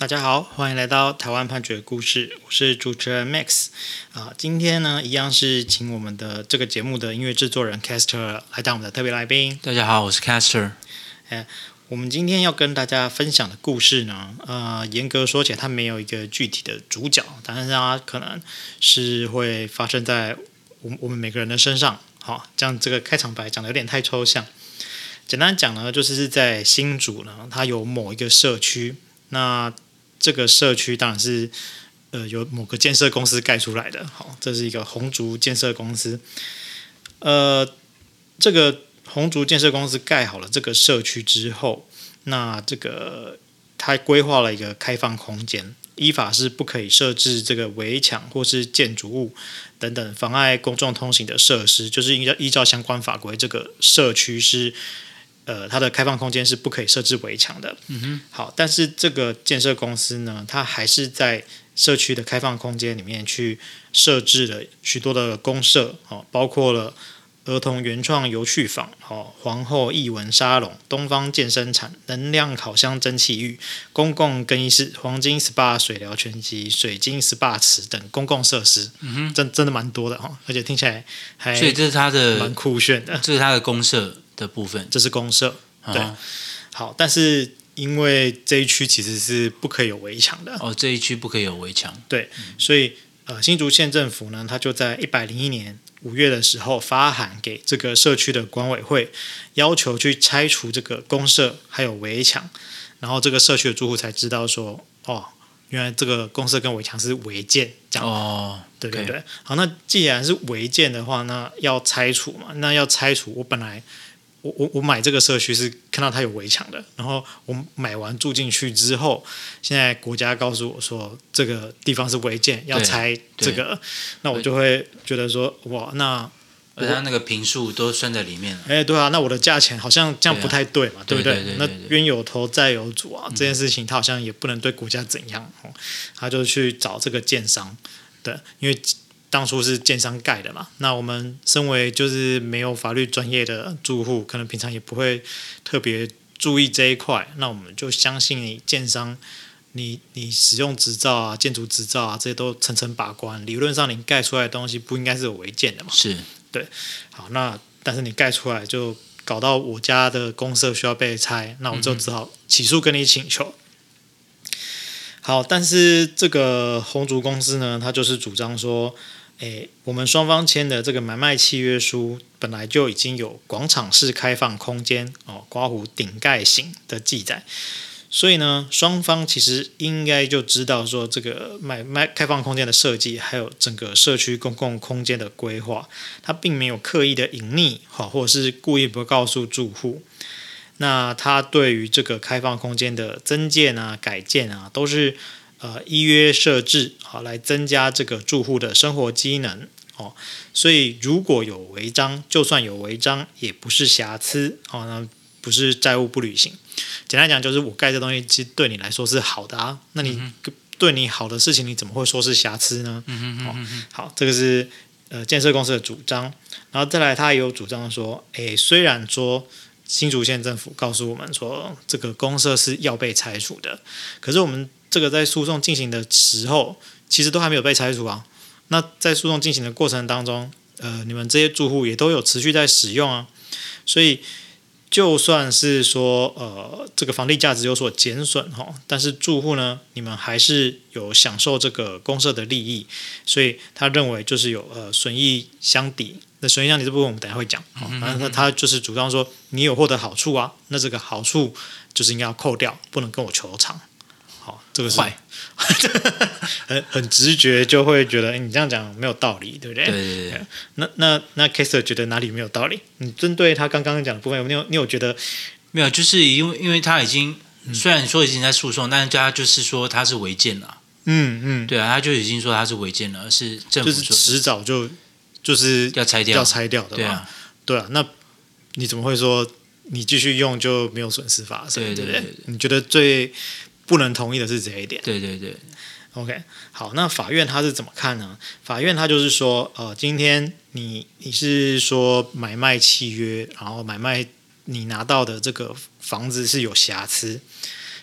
大家好，欢迎来到台湾判决故事，我是主持人 Max 今天呢，一样是请我们的这个节目的音乐制作人 Caster 来当我们的特别来宾。 大家好，我是 Caster。 我们今天要跟大家分享的故事呢，严格说起来，它没有一个具体的主角，但是它可能是会发生在我们每个人的身上。好，这样这个开场白讲的有点太抽象。简单讲呢，就是在新竹呢，它有某一个社区，那这个社区当然是由某个建设公司盖出来的。好，这是一个红竹建设公司。这个红竹建设公司盖好了这个社区之后，那这个它规划了一个开放空间，依法是不可以设置这个围墙或是建筑物等等妨碍公众通行的设施，就是依照相关法规，这个社区是它的开放空间是不可以设置围墙的。好，但是这个建设公司呢，它还是在社区的开放空间里面去设置了许多的公设，包括了儿童原创游趣坊、皇后艺文沙龙、东方健身场、能量烤箱蒸汽浴、公共更衣室、黄金 SPA 水疗全集、水晶 SPA 池等公共设施。真的蛮多的，而且听起来还所以这是它的蛮酷炫的。 这是它的公设的部分， 这是公设，对。好，但是因为这一区其实是不可以有围墙的。 这一区不可以有围墙。 对，所以新竹县政府呢，他就在101年5月的时候发函给这个社区的管委会，要求去拆除这个公设还有围墙，然后这个社区的住户才知道说，原来这个公设跟围墙是违建，这样。对对对。好，那既然是违建的话，那要拆除嘛？那要拆除，我本来我买这个社区是看到它有围墙的，然后我买完住进去之后，现在国家告诉我说这个地方是违建，要拆这个，那我就会觉得说，哇，那而它那个坪数都算在里面了。 对啊，那我的价钱好像这样不太对嘛，对不对？ 对， 那冤有头债有主啊，这件事情他好像也不能对国家怎样，他就去找这个建商，对，因为当初是建商盖的嘛，那我们身为就是没有法律专业的住户，可能平常也不会特别注意这一块，那我们就相信你建商，你使用执照啊、建筑执照啊，这些都层层把关，理论上你盖出来的东西不应该是有违建的嘛？ 是， 对。好，那但是你盖出来就搞到我家的公设需要被拆，那我就只好起诉跟你请求。好，但是这个红竹公司呢，它就是主张说，我们双方签的这个买卖契约书本来就已经有广场式开放空间刮胡顶盖型的记载，所以呢，双方其实应该就知道说这个买卖开放空间的设计，还有整个社区公共空间的规划，它并没有刻意的隐匿，或者是故意不告诉住户。那它对于这个开放空间的增建啊、改建啊，都是依约设置来增加这个住户的生活机能所以如果有违章，就算有违章，也不是瑕疵那不是债务不履行。简单讲，就是我盖这东西其实对你来说是好的啊，那你对你好的事情，你怎么会说是瑕疵呢？好，这个是建设公司的主张，然后再来他也有主张说，虽然说新竹县政府告诉我们说这个公设是要被拆除的，可是我们这个在诉讼进行的时候，其实都还没有被拆除啊。那在诉讼进行的过程当中，你们这些住户也都有持续在使用啊，所以就算是说这个房地价值有所减损但是住户呢，你们还是有享受这个公设的利益，所以他认为就是有损益相抵。那损益相抵这部分我们等一下会讲，反正他就是主张说你有获得好处啊，那这个好处就是应该要扣掉，不能跟我求偿。好，这个是很直觉就会觉得，你这样讲没有道理，对不对？ 对。 那 Caster 觉得哪里没有道理？你针对他刚刚讲的部分，你有觉得没有？就是因为他已经虽然说已经在诉讼，但是他就是说他是违建了。对啊，他就已经说他是违建了，是政府就是迟早就是要拆掉的嘛。对啊，那你怎么会说你继续用就没有损失发生？对不对？你觉得最不能同意的是这一点？ 对。 OK， 好，那法院他是怎么看呢？法院他就是说，今天你是说买卖契约，然后买卖你拿到的这个房子是有瑕疵，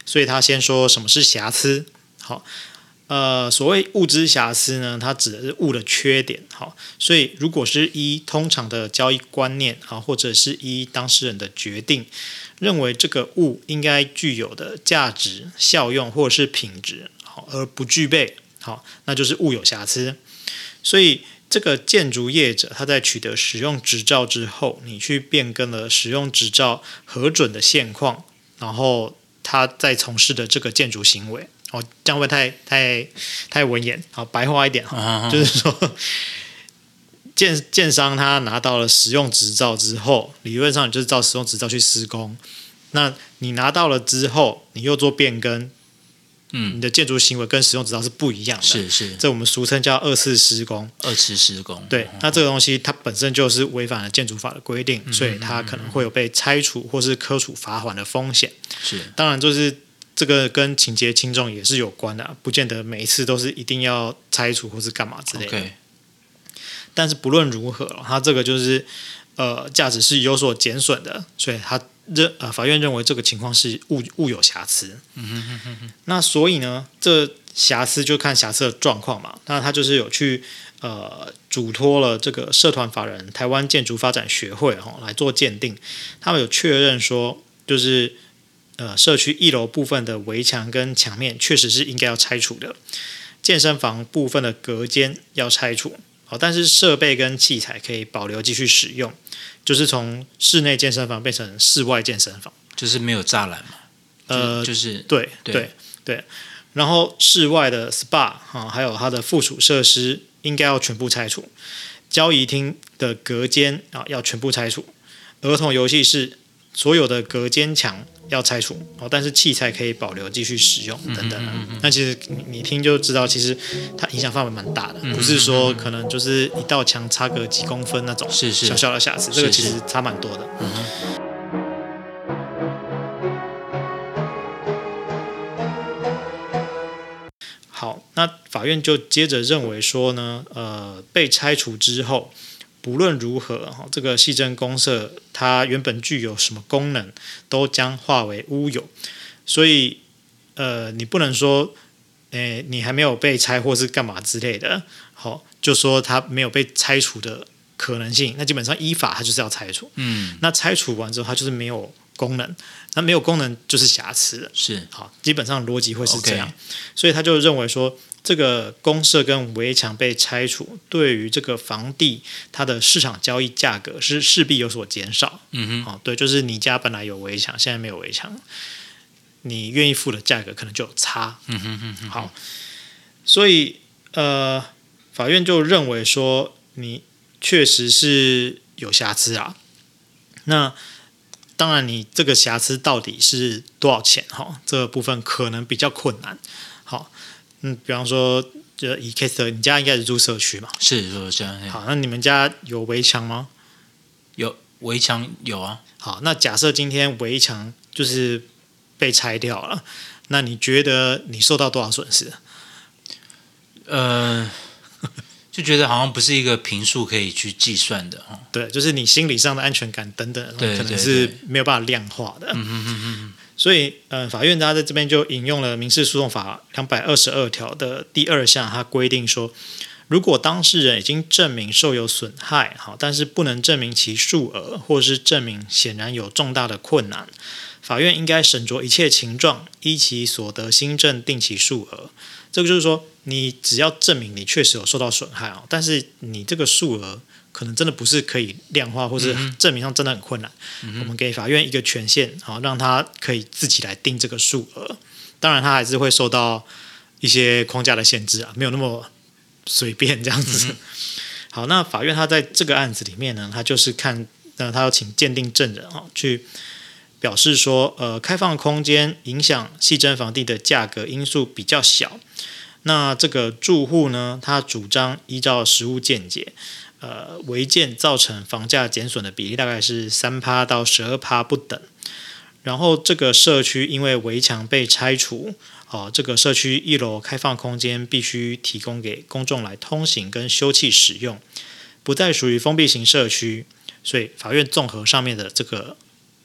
所以他先说什么是瑕疵。好，所谓物之瑕疵呢，它指的是物的缺点。好，所以如果是依通常的交易观念，好，或者是依当事人的决定，认为这个物应该具有的价值、效用或者是品质，好，而不具备，好，那就是物有瑕疵。所以这个建筑业者他在取得使用执照之后，你去变更了使用执照核准的现况，然后他在从事的这个建筑行为，这样会不会太文言？好，白话一点，就是说建商他拿到了使用执照之后，理论上你就是照使用执照去施工。那你拿到了之后，你又做变更，你的建筑行为跟使用执照是不一样的。 是， 这我们俗称叫二次施工。对，那这个东西它本身就是违反了建筑法的规定，所以它可能会有被拆除或是科处罚款的风险。 是， 当然就是这个跟情节轻重也是有关的，不见得每一次都是一定要拆除或是干嘛之类的。 Okay. 但是不论如何，它这个就是价值是有所减损的，所以法院认为这个情况是物有瑕疵。那所以呢，这瑕疵就看瑕疵的状况嘛。那他就是有去嘱托了这个社团法人台湾建筑发展学会来做鉴定，他们有确认说，就是社区1楼部分的围墙跟墙面确实是应该要拆除的，健身房部分的隔间要拆除。但是设备跟器材可以保留继续使用，就是从室内健身房变成室外健身房， 就是没有栅栏嘛。就是对。然后室外的 SPA 还有它的附属设施应该要全部拆除，交谊厅的隔间要全部拆除，儿童游戏室所有的隔间墙要拆除，但是器材可以保留继续使用等等。那其实你听就知道，其实它影响范围蛮大的，不是说可能就是一道墙差个几公分那种小小的瑕疵，这个其实差蛮多的。好，那法院就接着认为说呢，被拆除之后，不论如何，这个系政公社它原本具有什么功能，都将化为乌有。所以，你不能说，你还没有被拆或是干嘛之类的，好，就说它没有被拆除的可能性。那基本上依法它就是要拆除。那拆除完之后，它就是没有功能，那没有功能就是瑕疵了。 是， 好，基本上逻辑会是这样。所以他就认为说，这个公设跟围墙被拆除，对于这个房地它的市场交易价格是势必有所减少。对，就是你家本来有围墙，现在没有围墙，你愿意付的价格可能就有差。好，所以法院就认为说，你确实是有瑕疵啊。那当然，你这个瑕疵到底是多少钱？这个部分可能比较困难。好，比方说，就以 case 你家应该是住社区嘛？ 是住社区。 好，那你们家有围墙吗？ 有围墙，有啊。 好，那假设今天围墙就是被拆掉了，那你觉得你受到多少损失？ 就觉得好像不是一个坪数可以去计算的。 对，就是你心理上的安全感等等，可能是没有办法量化的。所以，法院他在这边就引用了民事诉讼法222条的第2项，它规定说，如果当事人已经证明受有损害，但是不能证明其数额，或是证明显然有重大的困难，法院应该审酌一切情状，依其所得新证定其数额。这个就是说，你只要证明你确实有受到损害，但是你这个数额可能真的不是可以量化，或是证明上真的很困难。我们给法院一个权限，让他可以自己来定这个数额。当然，他还是会受到一些框架的限制啊，没有那么随便这样子。好，那法院他在这个案子里面呢，他就是看，他要请鉴定证人去表示说，开放空间影响系征房地的价格因素比较小。那这个住户呢，他主张依照实务见解，违建造成房价减损的比例大概是3%到12%不等。然后这个社区因为围墙被拆除，这个社区1楼开放空间必须提供给公众来通行跟休憩使用，不再属于封闭型社区。所以法院综合上面的这个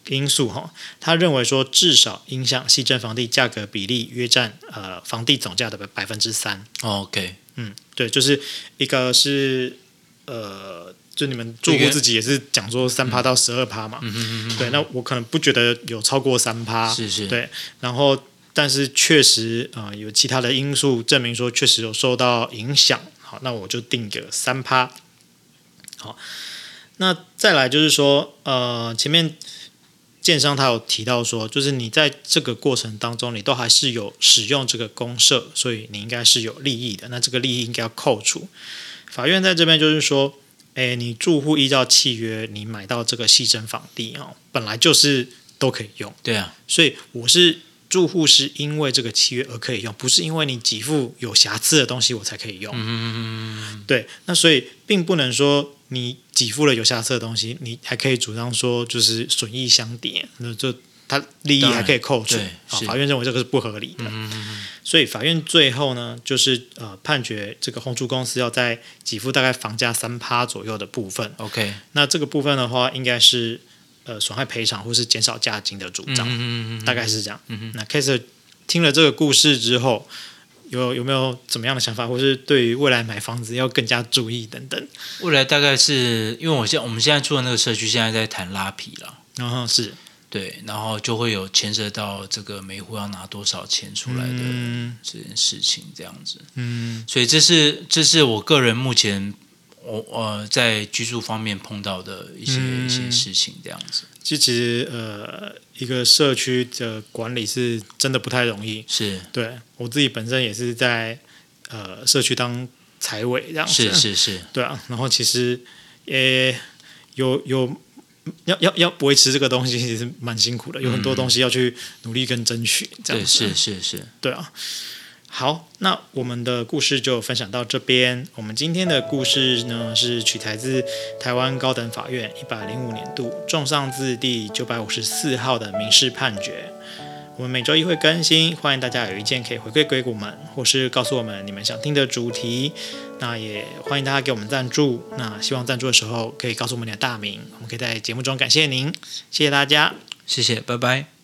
因素他认为说至少影响系政房地价格比例约占房地总价的3%。 OK， 对，就是一个是就你们住户自己也是讲说3%到12%嘛，对，那我可能不觉得有超过3%， 是， 对，然后但是确实有其他的因素证明说确实有受到影响，好，那我就定个3%。好，那再来就是说前面建商他有提到说，就是你在这个过程当中，你都还是有使用这个公设，所以你应该是有利益的，那这个利益应该要扣除。法院在这边就是说，你住户依照契约，你买到这个系政房地本来就是都可以用。 对啊， 所以我是住户是因为这个契约而可以用，不是因为你给付有瑕疵的东西我才可以用。对，那所以并不能说你给付了有瑕疵的东西，你还可以主张说就是损益相抵，那就他利益还可以扣除。法院认为这个是不合理的。所以法院最后呢，就是判决这个红竹公司要在给付大概房价3%左右的部分。 OK， 那这个部分的话，应该是损害赔偿或是减少价金的主张，大概是这样。那 Kaiser 听了这个故事之后，有没有怎么样的想法，或是对于未来买房子要更加注意等等？ 未来大概是因为我们现在住的那个社区现在在谈拉皮了， 然后是对，然后就会有牵涉到这个每户要拿多少钱出来的这件事情，这样子。所以这是我个人目前我在居住方面碰到的一些事情，这样子。 其实一个社区的管理是真的不太容易。 是，对我自己本身也是在社区当财委这样子。 是，对啊。 然后其实有要维持这个东西，其实蛮辛苦的，有很多东西要去努力跟争取。这样子。 是，对啊。 好，那我们的故事就分享到这边。我们今天的故事呢，是取材自台湾高等法院105年度仲上字第954号的民事判决。我们每周一会更新，欢迎大家有意见可以回馈给我们，或是告诉我们你们想听的主题。那也欢迎大家给我们赞助。那希望赞助的时候可以告诉我们你的大名，我们可以在节目中感谢您。谢谢大家， 谢谢，拜拜。